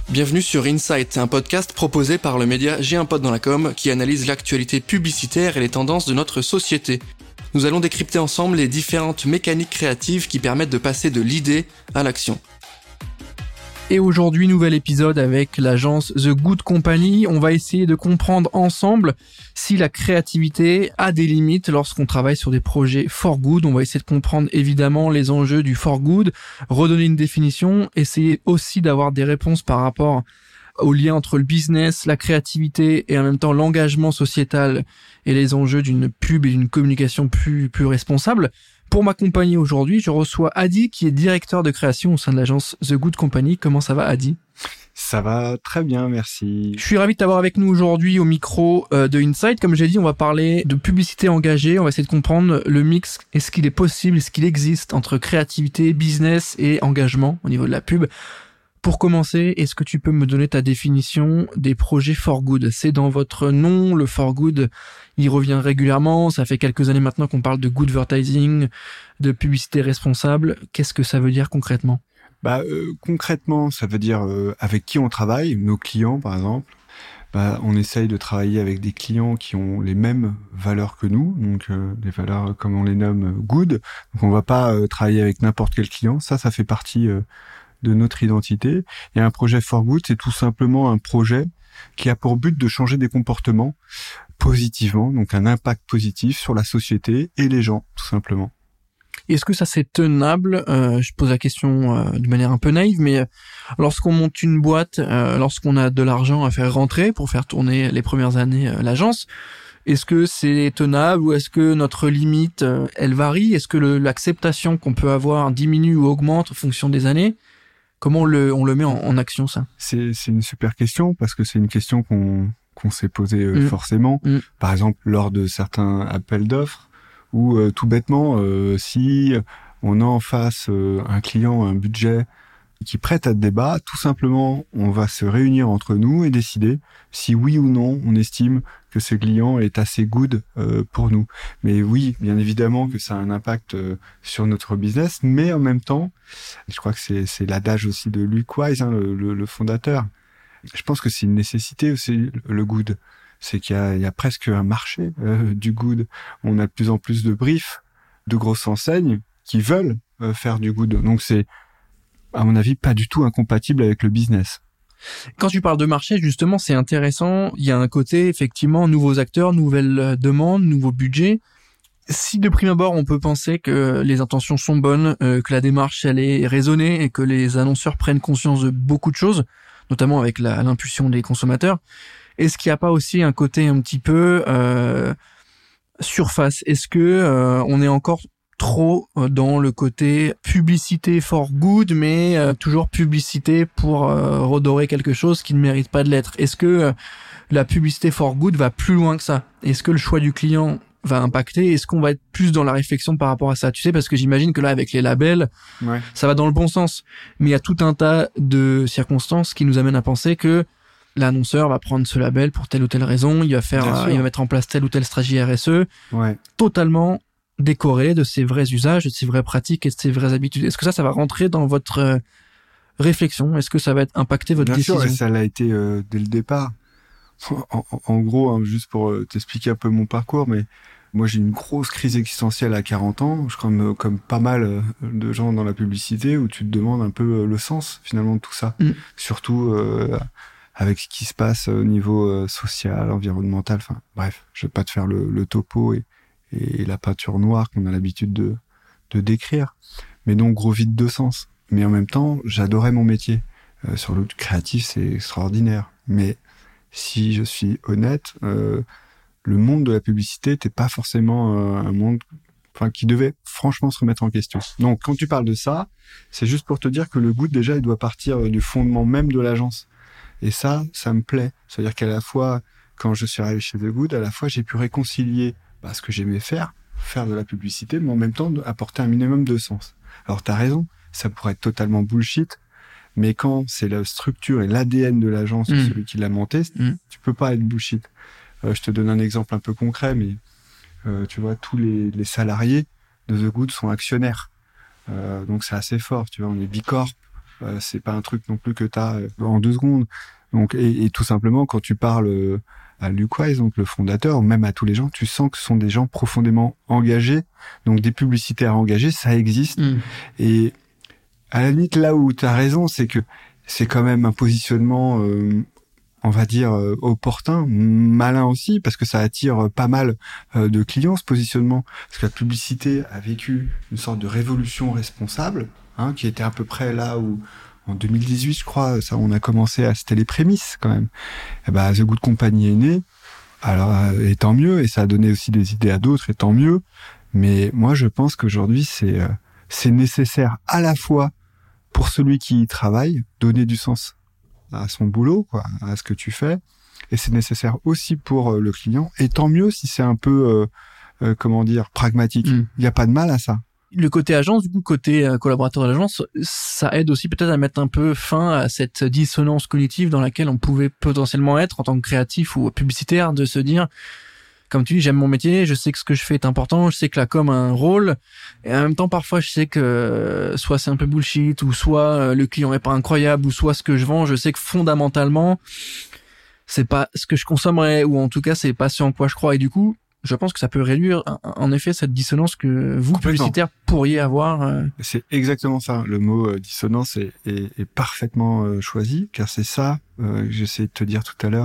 Bienvenue sur Insight, un podcast proposé par le média J'ai un pote dans la com qui analyse l'actualité publicitaire et les tendances de notre société. Nous allons décrypter ensemble les différentes mécaniques créatives qui permettent de passer de l'idée à l'action. Et aujourd'hui, nouvel épisode avec l'agence The Good Company. On va essayer de comprendre ensemble si la créativité a des limites lorsqu'on travaille sur des projets for good. On va essayer de comprendre évidemment les enjeux du for good, redonner une définition, essayer aussi d'avoir des réponses par rapport au lien entre le business, la créativité et en même temps l'engagement sociétal et les enjeux d'une pub et d'une communication plus responsable. Pour m'accompagner aujourd'hui, je reçois Adi qui est directeur de création au sein de l'agence The Good Company. Comment ça va, Adi ? Ça va très bien, merci. Je suis ravi de t'avoir avec nous aujourd'hui au micro de Insight. Comme j'ai dit, on va parler de publicité engagée. On va essayer de comprendre le mix. Est-ce qu'il est possible, est-ce qu'il existe entre créativité, business et engagement au niveau de la pub ? Pour commencer, est-ce que tu peux me donner ta définition des projets for good ? C'est dans votre nom, le for good, il revient régulièrement. Ça fait quelques années maintenant qu'on parle de good advertising, de publicité responsable. Qu'est-ce que ça veut dire concrètement ? Concrètement, ça veut dire avec qui on travaille, nos clients par exemple. On essaye de travailler avec des clients qui ont les mêmes valeurs que nous, donc des valeurs comme on les nomme good. Donc on va pas travailler avec n'importe quel client. Ça fait partie de notre identité. Et un projet for good, c'est tout simplement un projet qui a pour but de changer des comportements positivement, donc un impact positif sur la société et les gens, tout simplement. Est-ce que ça c'est tenable ? Je pose la question de manière un peu naïve, mais lorsqu'on monte une boîte, lorsqu'on a de l'argent à faire rentrer pour faire tourner les premières années l'agence, est-ce que c'est tenable ou est-ce que notre limite, elle varie ? Est-ce que l'acceptation qu'on peut avoir diminue ou augmente en fonction des années ? Comment on le met en action, ça ? C'est une super question, parce que c'est une question qu'on s'est posée forcément. Par exemple, lors de certains appels d'offres, ou tout bêtement, si on a en face un client, un budget qui prête à débat, tout simplement, on va se réunir entre nous et décider si oui ou non on estime que ce client est assez good pour nous. Mais oui, bien évidemment que ça a un impact sur notre business, mais en même temps, je crois que c'est l'adage aussi de Luke Wise, le fondateur. Je pense que c'est une nécessité aussi, le good. C'est qu'il y a presque un marché du good. On a de plus en plus de briefs, de grosses enseignes qui veulent faire du good. Donc c'est, à mon avis, pas du tout incompatible avec le business. Quand tu parles de marché, justement, c'est intéressant. Il y a un côté, effectivement, nouveaux acteurs, nouvelles demandes, nouveaux budgets. Si de prime abord, on peut penser que les intentions sont bonnes, que la démarche, elle est raisonnée et que les annonceurs prennent conscience de beaucoup de choses, notamment avec l'impulsion des consommateurs, est-ce qu'il n'y a pas aussi un côté un petit peu surface ? Est-ce que on est encore trop dans le côté publicité for good, mais toujours publicité pour redorer quelque chose qui ne mérite pas de l'être ? Est-ce que la publicité for good va plus loin que ça ? Est-ce que le choix du client va impacter ? Est-ce qu'on va être plus dans la réflexion par rapport à ça ? Tu sais, parce que j'imagine que là, avec les labels, ça va dans le bon sens. Mais il y a tout un tas de circonstances qui nous amènent à penser que l'annonceur va prendre ce label pour telle ou telle raison, il va mettre en place telle ou telle stratégie RSE, totalement décorrélé de ses vrais usages, de ses vraies pratiques et de ses vraies habitudes. Est-ce que ça va rentrer dans votre réflexion ? Est-ce que ça va impacter votre décision ? Bien sûr, et ça l'a été dès le départ. En gros, juste pour t'expliquer un peu mon parcours, mais moi j'ai une grosse crise existentielle à 40 ans, comme pas mal de gens dans la publicité, où tu te demandes un peu le sens finalement de tout ça. Surtout avec ce qui se passe au niveau social, environnemental, enfin bref, je vais pas te faire le topo et la peinture noire qu'on a l'habitude de décrire. Mais donc gros vide de sens. Mais en même temps, j'adorais mon métier. Sur le créatif, c'est extraordinaire. Mais si je suis honnête, le monde de la publicité n'était pas forcément un monde qui devait franchement se remettre en question. Donc quand tu parles de ça, c'est juste pour te dire que le good, déjà, il doit partir du fondement même de l'agence. Et ça me plaît. C'est-à-dire qu'à la fois, quand je suis arrivé chez The Good, à la fois, j'ai pu réconcilier ce que j'aimais faire de la publicité, mais en même temps, apporter un minimum de sens. Alors, t'as raison, ça pourrait être totalement bullshit, mais quand c'est la structure et l'ADN de l'agence, celui qui l'a monté, tu peux pas être bullshit. Je te donne un exemple un peu concret, mais tu vois, tous les salariés de The Good sont actionnaires. Donc, c'est assez fort, tu vois, on est Bicorp. C'est pas un truc non plus que t'as en 2 secondes. Donc, et tout simplement, quand tu parles à Luke Wise, donc le fondateur, ou même à tous les gens, tu sens que ce sont des gens profondément engagés. Donc, des publicitaires engagés, ça existe. Et à la limite, là où t'as raison, c'est que c'est quand même un positionnement, on va dire, opportun, malin aussi, parce que ça attire pas mal de clients, ce positionnement. Parce que la publicité a vécu une sorte de révolution responsable, qui était à peu près là où, en 2018, je crois, ça, on a commencé c'était les prémices, quand même. Et The Good Company est né. Alors, et tant mieux, et ça a donné aussi des idées à d'autres, et tant mieux. Mais moi, je pense qu'aujourd'hui, c'est nécessaire à la fois pour celui qui y travaille, donner du sens à son boulot, quoi, à ce que tu fais, et c'est nécessaire aussi pour le client, et tant mieux si c'est un peu, pragmatique. Il n'y a pas de mal à ça. Le côté agence, du coup, côté collaborateur de l'agence, ça aide aussi peut-être à mettre un peu fin à cette dissonance cognitive dans laquelle on pouvait potentiellement être en tant que créatif ou publicitaire, de se dire, comme tu dis, j'aime mon métier, je sais que ce que je fais est important, je sais que la com a un rôle, et en même temps, parfois, je sais que soit c'est un peu bullshit, ou soit le client est pas incroyable, ou soit ce que je vends, je sais que fondamentalement, c'est pas ce que je consommerais, ou en tout cas, c'est pas ce en quoi je crois, et du coup, je pense que ça peut réduire, en effet, cette dissonance que vous, publicitaires, pourriez avoir. C'est exactement ça. Le mot dissonance est parfaitement choisi, car c'est ça que j'essayais de te dire tout à l'heure.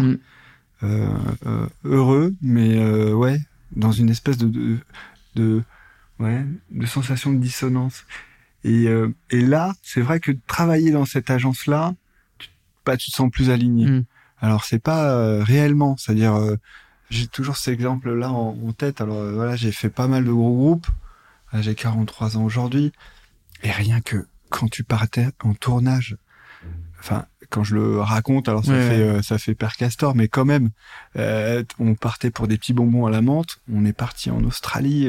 Heureux, mais dans une espèce de sensation de dissonance. Et là, c'est vrai que travailler dans cette agence-là, tu te sens plus aligné. Alors, c'est pas réellement, c'est-à-dire... j'ai toujours cet exemple-là en tête. Alors j'ai fait pas mal de gros groupes. J'ai 43 ans aujourd'hui. Et rien que quand tu partais en tournage, enfin, quand je le raconte, alors ça fait Père Castor, mais quand même, on partait pour des petits bonbons à la menthe. On est parti en Australie,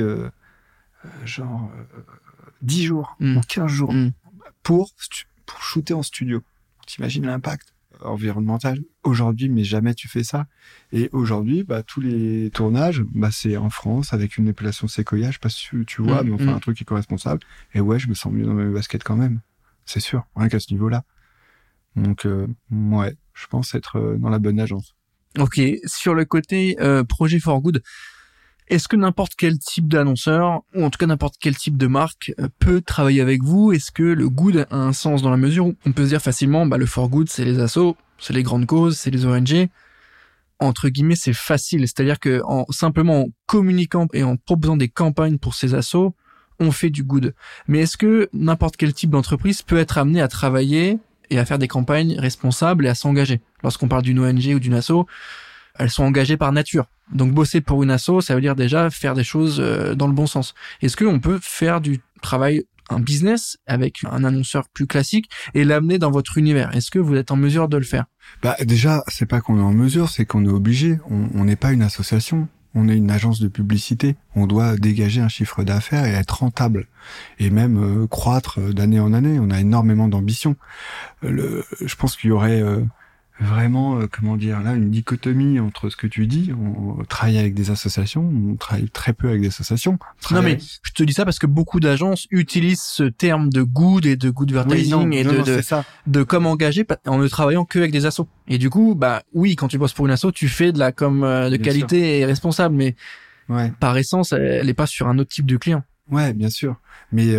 10 jours, ou 15 jours, pour shooter en studio. T'imagines l'impact environnemental aujourd'hui, mais jamais tu fais ça. Et aujourd'hui, tous les tournages, c'est en France avec une épellation séquoia, je sais pas si tu vois, mais enfin un truc éco-responsable. Et je me sens mieux dans mes baskets quand même, c'est sûr, rien qu'à ce niveau-là. Donc je pense être dans la bonne agence. Ok, sur le côté projet for good, est-ce que n'importe quel type d'annonceur, ou en tout cas n'importe quel type de marque, peut travailler avec vous? Est-ce que le good a un sens dans la mesure où on peut se dire facilement, le for good, c'est les assos, c'est les grandes causes, c'est les ONG. Entre guillemets, c'est facile. C'est-à-dire que simplement en communiquant et en proposant des campagnes pour ces assos, on fait du good. Mais est-ce que n'importe quel type d'entreprise peut être amené à travailler et à faire des campagnes responsables et à s'engager? Lorsqu'on parle d'une ONG ou d'une asso, elles sont engagées par nature. Donc bosser pour une asso, ça veut dire déjà faire des choses dans le bon sens. Est-ce qu'on peut faire du travail, un business avec un annonceur plus classique et l'amener dans votre univers? Est-ce que vous êtes en mesure de le faire? Déjà, c'est pas qu'on est en mesure, c'est qu'on est obligé. On n'est pas une association. On est une agence de publicité. On doit dégager un chiffre d'affaires et être rentable. Et même croître d'année en année. On a énormément d'ambition. Je pense qu'il y aurait vraiment, une dichotomie entre ce que tu dis. On travaille avec des associations, on travaille très peu avec des associations. Non, mais je te dis ça parce que beaucoup d'agences utilisent ce terme de good et de good advertising de com engagé en ne travaillant que avec des assos. Et du coup, quand tu bosses pour une asso, tu fais de la com de qualité sûr. Et responsable, mais par essence, elle est pas sur un autre type de client. Ouais, bien sûr. Mais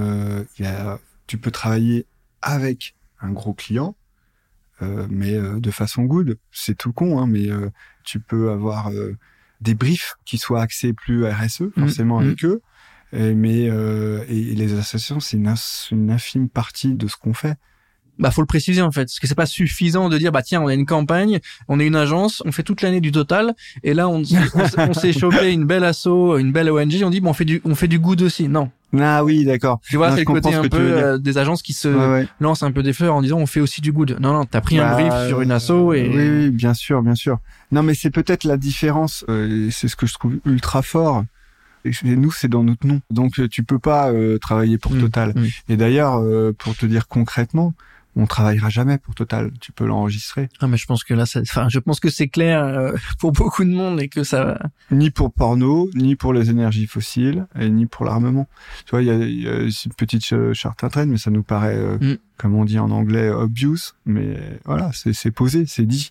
tu peux travailler avec un gros client, mais de façon good. C'est tout con, mais tu peux avoir des briefs qui soient axés plus RSE, forcément avec eux. Mais les associations, c'est une infime partie de ce qu'on fait. Faut le préciser en fait, parce que c'est pas suffisant de dire tiens, on a une campagne, on est une agence, on fait toute l'année du total, et là on s'est chopé une belle asso, une belle ONG, on dit on fait du good aussi. Non. Ah oui, d'accord. Tu vois, c'est le côté un peu des agences qui se lancent un peu des fleurs en disant on fait aussi du good. Non, t'as pris un brief sur une asso et... Oui, bien sûr. Non, mais c'est peut-être la différence, c'est ce que je trouve ultra fort. Et nous, c'est dans notre nom. Donc, tu peux pas travailler pour Total. Et d'ailleurs, pour te dire concrètement, on travaillera jamais pour Total. Tu peux l'enregistrer. Ah, mais je pense que là, je pense que c'est clair pour beaucoup de monde et que ça. Ni pour porno, ni pour les énergies fossiles, et ni pour l'armement. Tu vois, il y a une petite charte à traîne, mais ça nous paraît, comme on dit en anglais, obvious. Mais voilà, c'est posé, c'est dit.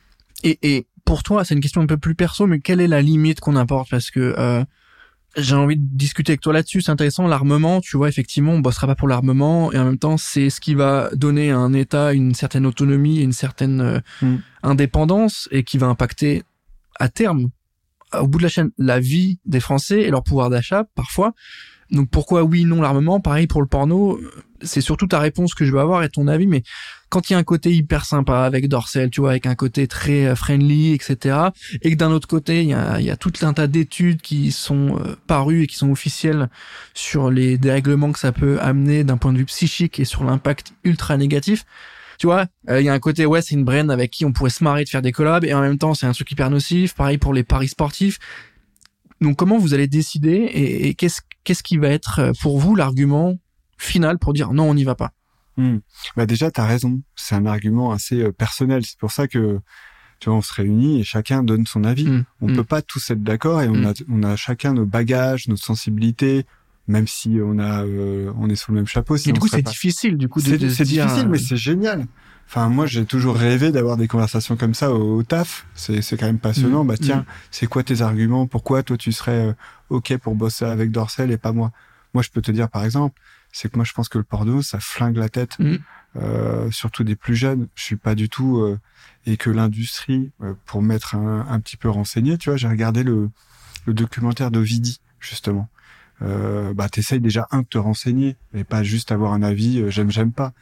Et pour toi, c'est une question un peu plus perso, mais quelle est la limite qu'on apporte? Parce que j'ai envie de discuter avec toi là-dessus. C'est intéressant, l'armement, tu vois, effectivement, on bossera pas pour l'armement, et en même temps, c'est ce qui va donner à un État une certaine autonomie et une certaine indépendance, et qui va impacter à terme, au bout de la chaîne, la vie des Français et leur pouvoir d'achat, parfois. Donc pourquoi oui, non, l'armement? Pareil pour le porno, c'est surtout ta réponse que je veux avoir et ton avis, mais quand il y a un côté hyper sympa avec Dorsel, tu vois, avec un côté très friendly, etc., et que d'un autre côté, il y a tout un tas d'études qui sont parues et qui sont officielles sur les dérèglements que ça peut amener d'un point de vue psychique et sur l'impact ultra négatif, tu vois, il y a un côté, ouais, c'est une brand avec qui on pourrait se marrer de faire des collabs, et en même temps, c'est un truc hyper nocif, pareil pour les paris sportifs. Donc comment vous allez décider, et qu'est-ce qui va être pour vous l'argument final pour dire non, on n'y va pas? Bah déjà, t'as raison. C'est un argument assez personnel. C'est pour ça que, tu vois, on se réunit et chacun donne son avis. On peut pas tous être d'accord, et on a chacun nos bagages, nos sensibilités, même si on est sous le même chapeau. Et du coup, c'est difficile, du coup, c'est difficile, mais c'est génial. Enfin, moi, j'ai toujours rêvé d'avoir des conversations comme ça au taf. C'est quand même passionnant. Bah, tiens, c'est quoi tes arguments? Pourquoi toi, tu serais OK pour bosser avec Dorsel et pas moi? Moi, je peux te dire, par exemple, c'est que moi, je pense que le porno, ça flingue la tête, surtout des plus jeunes. Je suis pas du tout... et que l'industrie, pour m'être un petit peu renseigné, tu vois, j'ai regardé le documentaire d'Ovidie, justement. Bah, t'essayes déjà de te renseigner, et pas juste avoir un avis, j'aime pas.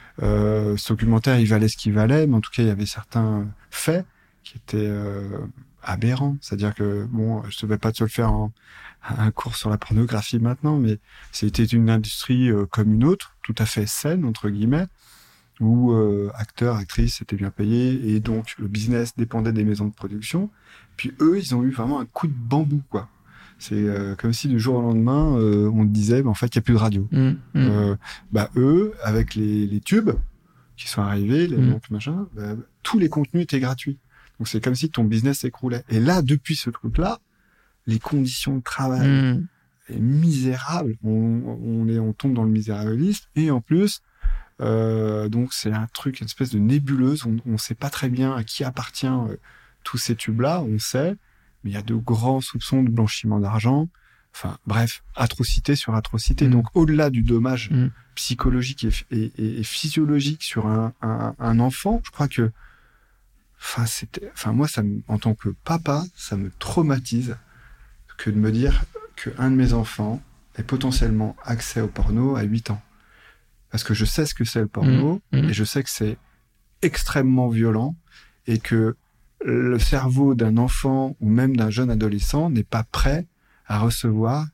Ce documentaire, il valait ce qu'il valait, mais en tout cas, il y avait certains faits qui étaient aberrants. C'est-à-dire que, bon, je ne vais pas te le faire un cours sur la pornographie maintenant, mais c'était une industrie comme une autre, tout à fait saine, entre guillemets, où acteurs, actrices étaient bien payés, et donc le business dépendait des maisons de production. Puis eux, ils ont eu vraiment un coup de bambou, quoi. C'est comme si du jour au lendemain, on te disait, en fait, il n'y a plus de radio. Bah eux, avec les tubes qui sont arrivés, les machin, bah, tous les contenus étaient gratuits. Donc c'est comme si ton business s'écroulait. Et là, depuis ce truc-là, les conditions de travail est misérable. On tombe dans le misérabilisme, et en plus, donc c'est un truc, une espèce de nébuleuse. On sait pas très bien à qui appartient tous ces tubes-là. On sait, mais il y a de grands soupçons de blanchiment d'argent. Enfin, bref, atrocité sur atrocité. Donc, au-delà du dommage psychologique et physiologique sur un enfant, je crois que, moi, en tant que papa, ça me traumatise que de me dire qu'un de mes enfants ait potentiellement accès au porno à 8 ans. Parce que je sais ce que c'est le porno, et je sais que c'est extrêmement violent, et que le cerveau d'un enfant ou même d'un jeune adolescent n'est pas prêt à recevoir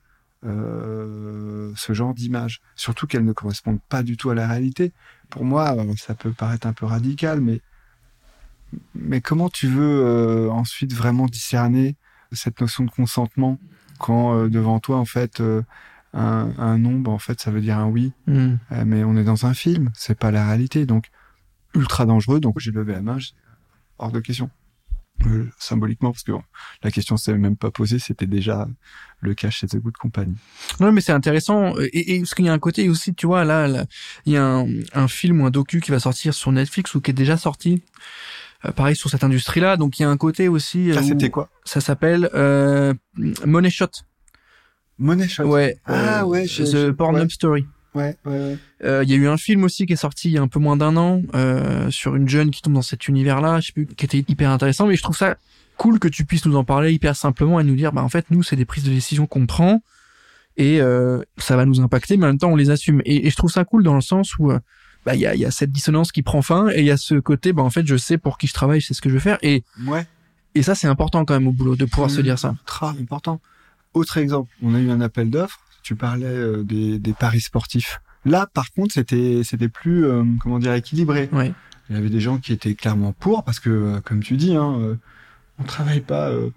ce genre d'images. Surtout qu'elles ne correspondent pas du tout à la réalité. Pour moi, ça peut paraître un peu radical, mais comment tu veux ensuite vraiment discerner cette notion de consentement quand devant toi, en fait, un non, en fait, ça veut dire un oui. Mais on est dans un film, c'est pas la réalité. Donc, ultra dangereux. Donc, j'ai levé la main, hors de question. Symboliquement, parce que la question s'est même pas posée, c'était déjà le cas chez The Good Company. Non, mais c'est intéressant, et parce qu'il y a un côté aussi, tu vois, là il y a un film ou un docu qui va sortir sur Netflix, ou qui est déjà sorti, pareil, sur cette industrie-là, donc il y a un côté aussi... c'était quoi? Ça s'appelle Money Shot. Money Shot? Ouais. Ah ouais, The Pornhub Story. Ouais. Il y a eu un film aussi qui est sorti il y a un peu moins d'un an sur une jeune qui tombe dans cet univers-là, je sais plus, qui était hyper intéressant, mais je trouve ça cool que tu puisses nous en parler hyper simplement et nous dire, en fait, nous, c'est des prises de décision qu'on prend, et ça va nous impacter, mais en même temps, on les assume. Et je trouve ça cool dans le sens où il y a cette dissonance qui prend fin, et il y a ce côté, en fait, je sais pour qui je travaille, je sais ce que je veux faire, et ça, c'est important quand même au boulot de pouvoir se dire ça. Très important. Autre exemple, on a eu un appel d'offres. Tu parlais des paris sportifs. Là, par contre, c'était plus, équilibré. Ouais. Il y avait des gens qui étaient clairement pour, parce que, comme tu dis, on travaille pas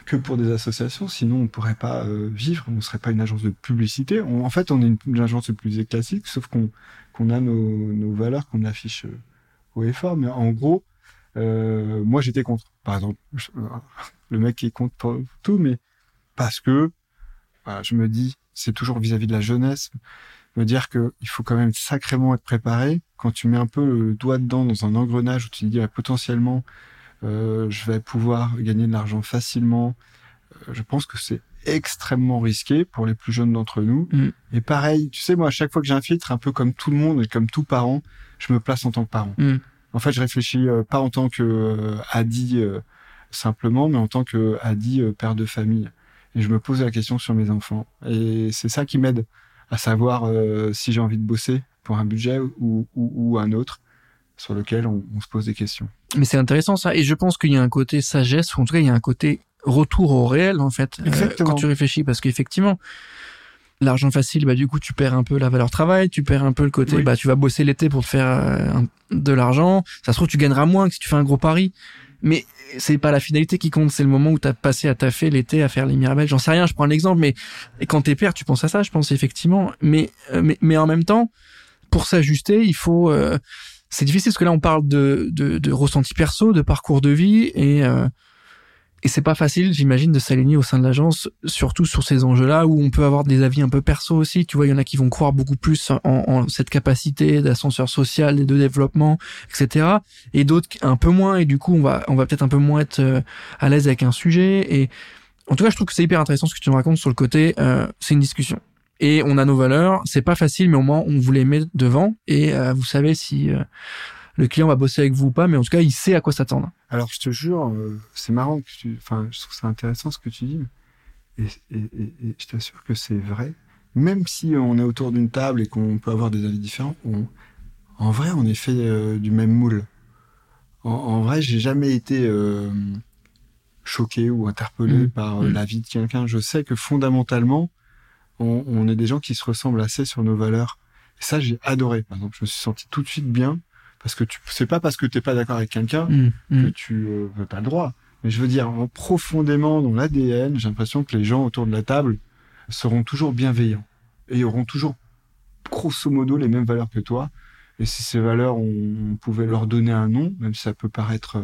que pour des associations, sinon on pourrait pas vivre, on serait pas une agence de publicité. En fait, on est une agence de publicité classique, sauf qu'on a nos valeurs qu'on affiche haut et fort. Mais en gros, moi j'étais contre. Par exemple, le mec qui est contre pour tout, mais parce que voilà, je me dis, c'est toujours vis-à-vis de la jeunesse, me dire que il faut quand même sacrément être préparé. Quand tu mets un peu le doigt dedans dans un engrenage où tu te dis potentiellement je vais pouvoir gagner de l'argent facilement, je pense que c'est extrêmement risqué pour les plus jeunes d'entre nous. Et pareil, tu sais, moi à chaque fois que j'ai un filtre, un peu comme tout le monde et comme tout parent, je me place en tant que parent. En fait, je réfléchis pas en tant que Adi simplement, mais en tant que Adi père de famille. Et je me pose la question sur mes enfants. Et c'est ça qui m'aide à savoir si j'ai envie de bosser pour un budget ou un autre sur lequel on se pose des questions. Mais c'est intéressant ça. Et je pense qu'il y a un côté sagesse, ou en tout cas il y a un côté retour au réel en fait. Quand tu réfléchis, parce qu'effectivement, l'argent facile, du coup tu perds un peu la valeur travail, tu perds un peu le côté, tu vas bosser l'été pour te faire de l'argent. Ça se trouve tu gagneras moins que si tu fais un gros pari. Mais c'est pas la finalité qui compte, c'est le moment où t'as passé à taffer l'été à faire les Mirabelles. J'en sais rien, je prends l'exemple, mais quand t'es père, tu penses à ça, je pense effectivement. Mais en même temps, pour s'ajuster, il faut. C'est difficile parce que là on parle de ressenti perso, de parcours de vie et c'est pas facile, j'imagine, de s'aligner au sein de l'agence, surtout sur ces enjeux-là où on peut avoir des avis un peu perso aussi. Tu vois, il y en a qui vont croire beaucoup plus en cette capacité d'ascenseur social et de développement, etc. Et d'autres un peu moins. Et du coup, on va peut-être un peu moins être à l'aise avec un sujet. Et en tout cas, je trouve que c'est hyper intéressant ce que tu nous racontes sur le côté. C'est une discussion. Et on a nos valeurs. C'est pas facile, mais au moins on vous les met devant. Et vous savez si le client va bosser avec vous ou pas, mais en tout cas, il sait à quoi s'attendre. Alors, je te jure, c'est marrant que je trouve ça intéressant ce que tu dis. Et je t'assure que c'est vrai. Même si on est autour d'une table et qu'on peut avoir des avis différents, en vrai, on est fait du même moule. En vrai, j'ai jamais été choqué ou interpellé par l'avis de quelqu'un. Je sais que fondamentalement, on est des gens qui se ressemblent assez sur nos valeurs. Et ça, j'ai adoré. Par exemple, je me suis senti tout de suite bien. Parce que c'est pas parce que t'es pas d'accord avec quelqu'un que tu t'as le droit. Mais je veux dire, profondément dans l'ADN, j'ai l'impression que les gens autour de la table seront toujours bienveillants et auront toujours grosso modo les mêmes valeurs que toi. Et si ces valeurs, on pouvait leur donner un nom, même si ça peut paraître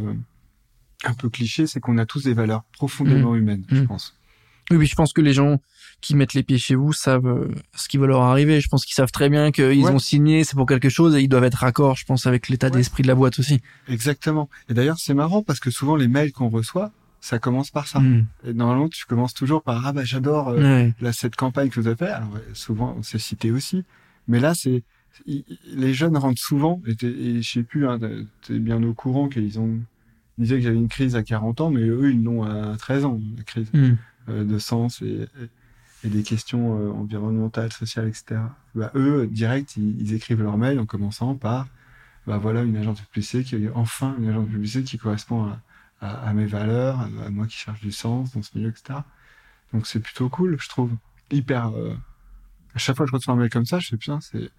un peu cliché, c'est qu'on a tous des valeurs profondément humaines, je pense. Oui, je pense que les gens qui mettent les pieds chez vous savent ce qui va leur arriver. Je pense qu'ils savent très bien qu'ils ont signé, c'est pour quelque chose et ils doivent être raccord, je pense, avec l'état d'esprit de la boîte aussi. Exactement. Et d'ailleurs, c'est marrant parce que souvent les mails qu'on reçoit, ça commence par ça. Et normalement, tu commences toujours par j'adore cette campagne que vous avez fait. Alors souvent, on s'est cité aussi. Mais là, les jeunes rentrent souvent et je sais plus, t'es bien au courant qu'ils disaient que j'avais une crise à 40 ans, mais eux, ils l'ont à 13 ans, la crise. De sens et des questions environnementales, sociales, etc. Eux, direct, ils écrivent leur mail en commençant par voilà une agence de publicité enfin une agence de publicité qui correspond à mes valeurs, à moi qui cherche du sens dans ce milieu, etc. Donc c'est plutôt cool, je trouve. Hyper. À chaque fois que je reçois un mail comme ça, je sais putain,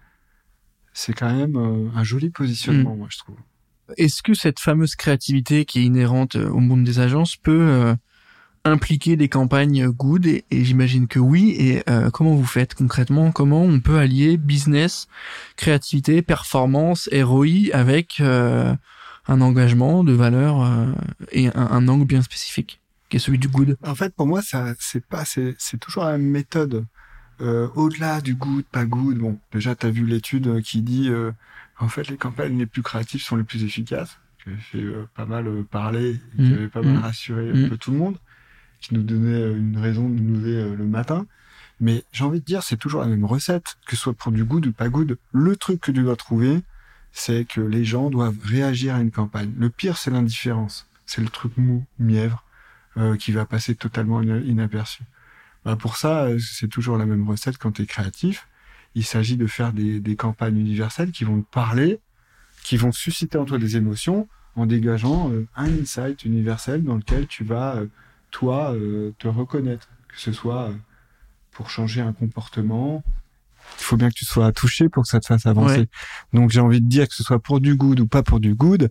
c'est quand même un joli positionnement, moi je trouve. Est-ce que cette fameuse créativité qui est inhérente au monde des agences peut impliquer des campagnes good et j'imagine que oui. Et comment vous faites concrètement? Comment on peut allier business, créativité, performance, ROI avec un engagement de valeur et un angle bien spécifique qui est celui du good? En fait, pour moi, c'est toujours la même méthode. Au-delà du good, pas good. Bon, déjà, t'as vu l'étude qui dit en fait les campagnes les plus créatives sont les plus efficaces. Qui avait fait pas mal parler, et qui avait pas mal rassuré un peu tout le monde, qui nous donnait une raison de nous lever le matin. Mais j'ai envie de dire, c'est toujours la même recette, que ce soit pour du good ou pas good. Le truc que tu dois trouver, c'est que les gens doivent réagir à une campagne. Le pire, c'est l'indifférence. C'est le truc mou, mièvre, qui va passer totalement inaperçu. Pour ça, c'est toujours la même recette quand tu es créatif. Il s'agit de faire des campagnes universelles qui vont te parler, qui vont susciter en toi des émotions, en dégageant un insight universel dans lequel tu vas... toi, te reconnaître, que ce soit pour changer un comportement. Il faut bien que tu sois touché pour que ça te fasse avancer. Ouais. Donc, j'ai envie de dire que ce soit pour du good ou pas pour du good,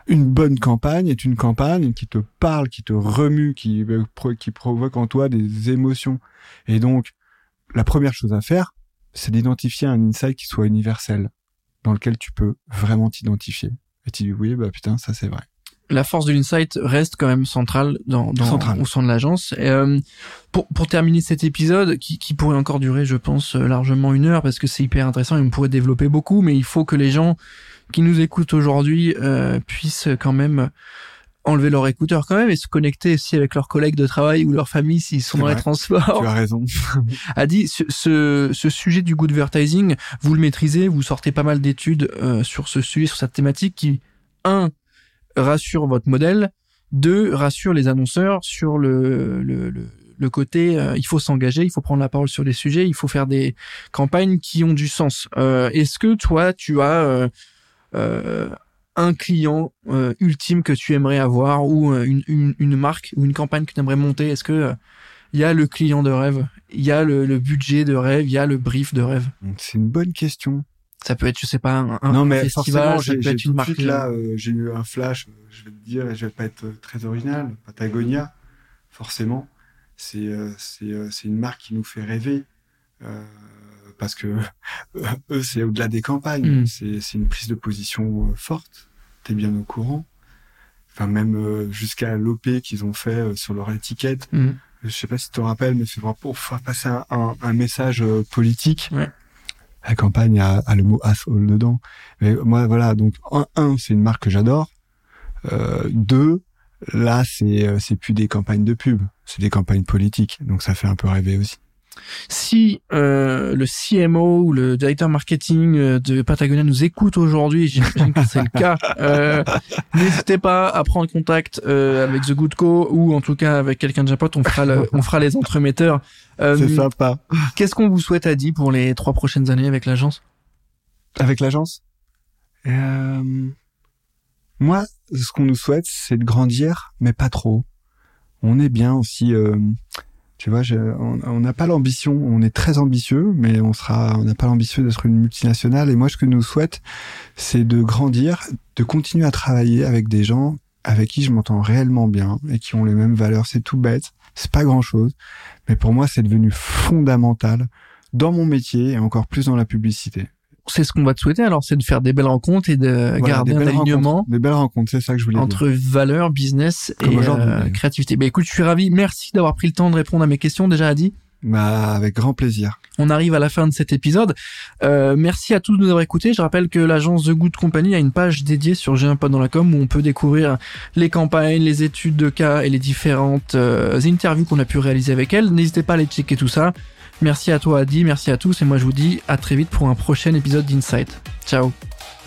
Une bonne campagne est une campagne qui te parle, qui te remue, qui provoque en toi des émotions. Et donc, la première chose à faire, c'est d'identifier un insight qui soit universel, dans lequel tu peux vraiment t'identifier. Et tu dis, oui, putain, ça c'est vrai. La force de l'insight reste quand même centrale au sein de l'agence. Et, pour terminer cet épisode, qui pourrait encore durer, je pense, largement 1 heure, parce que c'est hyper intéressant et on pourrait développer beaucoup, mais il faut que les gens qui nous écoutent aujourd'hui puissent quand même enlever leur écouteur quand même et se connecter aussi avec leurs collègues de travail ou leur famille s'ils sont dans les transports. Tu as raison. Adi, ce sujet du good advertising, vous le maîtrisez, vous sortez pas mal d'études sur ce sujet, sur cette thématique qui, 1, rassure votre modèle, 2, rassure les annonceurs sur le côté il faut s'engager, il faut prendre la parole sur les sujets, il faut faire des campagnes qui ont du sens. Est-ce que toi, tu as un client ultime que tu aimerais avoir ou une marque ou une campagne que tu aimerais monter? Est-ce que il y a le client de rêve, il y a le budget de rêve, il y a le brief de rêve? C'est une bonne question. Ça peut être, je sais pas, non, mais festival, ça peut être une marque. Là, j'ai eu un flash, je vais te dire, et je vais pas être très original. Patagonia, forcément, c'est une marque qui nous fait rêver. Parce que eux, c'est au-delà des campagnes. C'est une prise de position forte. T'es bien au courant. Enfin, même jusqu'à l'OP qu'ils ont fait sur leur étiquette. Je sais pas si tu te rappelles, mais c'est vraiment pour faire passer un message politique. Ouais. La campagne a le mot asshole dedans. Mais moi, voilà. Donc, un, c'est une marque que j'adore. 2, là, c'est plus des campagnes de pub. C'est des campagnes politiques. Donc, ça fait un peu rêver aussi. Si le CMO ou le directeur marketing de Patagonia nous écoute aujourd'hui, j'imagine que c'est le cas, n'hésitez pas à prendre contact avec The Good Co ou en tout cas avec quelqu'un de Japot, on fera les entremetteurs. C'est sympa. Qu'est-ce qu'on vous souhaite, Adi, pour les 3 prochaines années avec l'agence? Avec l'agence Moi, ce qu'on nous souhaite, c'est de grandir, mais pas trop. On est bien aussi... Tu vois, on n'a pas l'ambition, on est très ambitieux, mais on n'a pas l'ambition d'être une multinationale. Et moi, ce que je nous souhaite, c'est de grandir, de continuer à travailler avec des gens avec qui je m'entends réellement bien et qui ont les mêmes valeurs. C'est tout bête, c'est pas grand-chose, mais pour moi, c'est devenu fondamental dans mon métier et encore plus dans la publicité. C'est ce qu'on va te souhaiter, alors, c'est de faire des belles rencontres et de garder un alignement. Des belles rencontres, c'est ça que je voulais dire. Entre valeurs, business et créativité. Écoute, je suis ravi. Merci d'avoir pris le temps de répondre à mes questions, déjà, Adi. Avec grand plaisir. On arrive à la fin de cet épisode. Merci à tous de nous avoir écoutés. Je rappelle que l'agence The Good Company a une page dédiée sur J'ai un pote dans la com où on peut découvrir les campagnes, les études de cas et les différentes interviews qu'on a pu réaliser avec elle. N'hésitez pas à aller checker tout ça. Merci à toi, Adi, merci à tous, et moi je vous dis à très vite pour un prochain épisode d'Insight. Ciao.